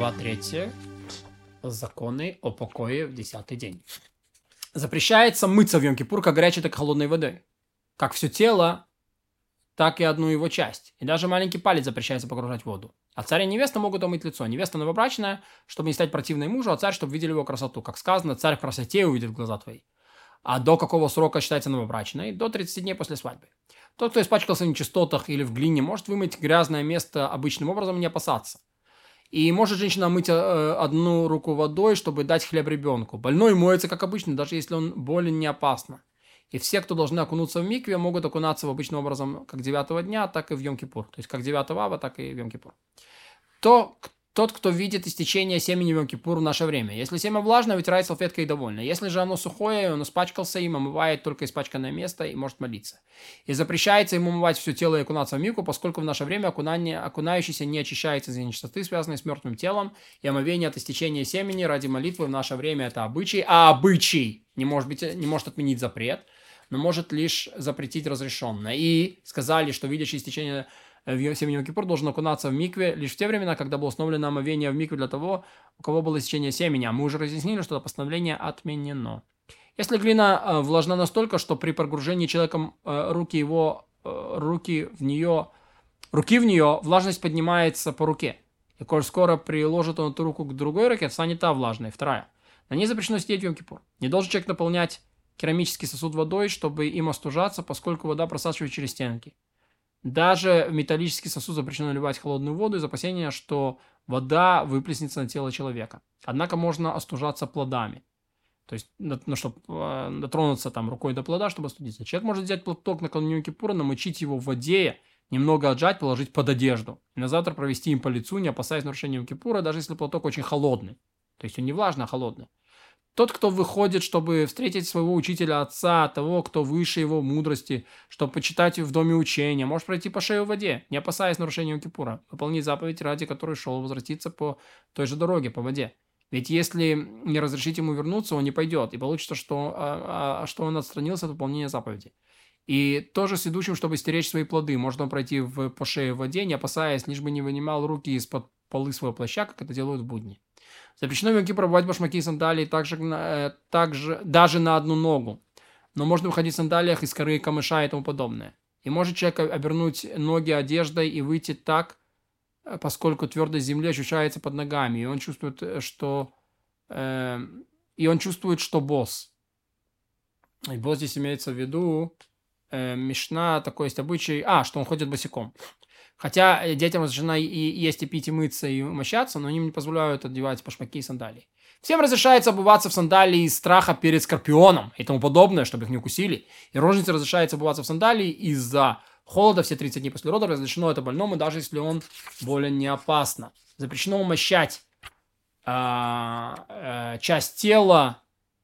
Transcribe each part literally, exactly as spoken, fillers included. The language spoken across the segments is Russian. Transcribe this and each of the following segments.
Глава третья. Законы о покое в десятый день. Запрещается мыться в Йом-Кипур как горячей, так и холодной водой. Как все тело, так и одну его часть. И даже маленький палец запрещается погружать в воду. А царь и невеста могут омыть лицо. Невеста новобрачная, чтобы не стать противной мужу, а царь, чтобы видели его красоту. Как сказано, царь в красоте увидит глаза твои. А до какого срока считается новобрачной? До тридцати дней после свадьбы. Тот, кто испачкался в нечистотах или в глине, может вымыть грязное место обычным образом и не опасаться. И может женщина мыть э, одну руку водой, чтобы дать хлеб ребенку. Больной моется, как обычно, даже если он болен, не опасно. И все, кто должны окунуться в микве, могут окунаться в обычным образом как девятого дня, так и в Йом-Кипур. То есть как девятого ава, так и в Йом-Кипур. То, тот, кто видит истечение семени в Йом-Кипур в наше время. Если семя влажное, вытирает салфеткой и довольно. Если же оно сухое, он испачкался им, омывает только испачканное место и может молиться. И запрещается ему омывать все тело и окунаться в микву, поскольку в наше время окунание, окунающийся не очищается из нечистоты, связанной с мертвым телом, и омовение от истечения семени ради молитвы в наше время это обычай, а обычай не может, быть, не может отменить запрет, но может лишь запретить разрешенное. И сказали, что видящий истечение в семени Йом-Кипур должен окунаться в микве лишь в те времена, когда было установлено омовение в микве для того, у кого было истечение семени. А мы уже разъяснили, что это постановление отменено. Если глина э, влажна настолько, что при погружении человеком э, руки его э, руки в нее руки в нее влажность поднимается по руке. И коль скоро приложит он эту руку к другой руке, станет та влажной, вторая. На ней запрещено сидеть в Йом-Кипур. Не должен человек наполнять керамический сосуд водой, чтобы им остужаться, поскольку вода просачивает через стенки. Даже в металлический сосуд запрещено наливать холодную воду из опасения, что вода выплеснется на тело человека. Однако можно остужаться плодами. То есть, ну, чтобы э, дотронуться там рукой до плода, чтобы остудиться. Человек может взять платок накануне Йом-Кипура, намочить его в воде, немного отжать, положить под одежду. И на завтра провести им по лицу, не опасаясь нарушения Йом-Кипура, даже если платок очень холодный. То есть он не влажный, а холодный. Тот, кто выходит, чтобы встретить своего учителя отца, того, кто выше его мудрости, чтобы почитать в доме учения, может пройти по шее в воде, не опасаясь нарушения Йом-Кипура, выполнить заповедь, ради которой шел, возвратиться по той же дороге, по воде. Ведь если не разрешить ему вернуться, он не пойдет, и получится, что, а, а, что он отстранился от выполнения заповеди. И тоже с идущим, чтобы стеречь свои плоды, можно пройти в, по шее в воде, не опасаясь, лишь бы не вынимал руки из-под полы своего плаща, как это делают в будни. Запрещено в Йом-Кипур обувать башмаки и сандалии также, э, также, даже на одну ногу. Но можно выходить в сандалиях из коры, камыша и тому подобное. И может человек обернуть ноги одеждой и выйти так, поскольку твердость земли ощущается под ногами. И он чувствует, что, э, и он чувствует, что босс. И босс здесь имеется в виду э, Мишна, такой есть обычай, а, что он ходит босиком. Хотя детям разрешено и есть, и пить, и мыться, и умощаться, но им не позволяют одевать башмаки и сандалии. Всем разрешается обуваться в сандалии из страха перед скорпионом и тому подобное, чтобы их не укусили. И роженице разрешается обуваться в сандалии из-за холода все тридцать дней после рода. Разрешено это больному, даже если он болен не опасно. Запрещено умощать э, э, часть тела,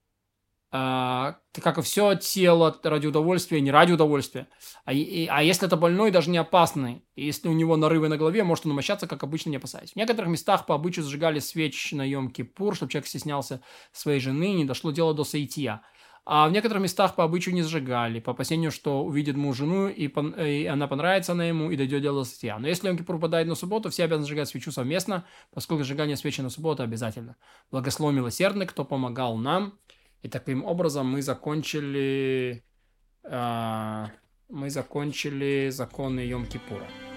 Uh, как и все тело, ради удовольствия, не ради удовольствия. А, и, а если это больной, даже не опасный, и если у него нарывы на голове, может он умощаться, как обычно, не опасаясь. В некоторых местах по обычаю зажигали свечи на Йом-Кипур, чтобы человек стеснялся своей жены, не дошло дело до саития. А в некоторых местах по обычаю не зажигали, по опасению, что увидит муж жену, и, пон, и она понравится она ему, и дойдет дело до саития. Но если Йом-Кипур выпадает на субботу, все обязаны зажигать свечу совместно, поскольку зажигание свечи на субботу обязательно. Благословен милосердный, кто помогал нам. И таким образом мы закончили, э, мы закончили законы Йом-Кипура.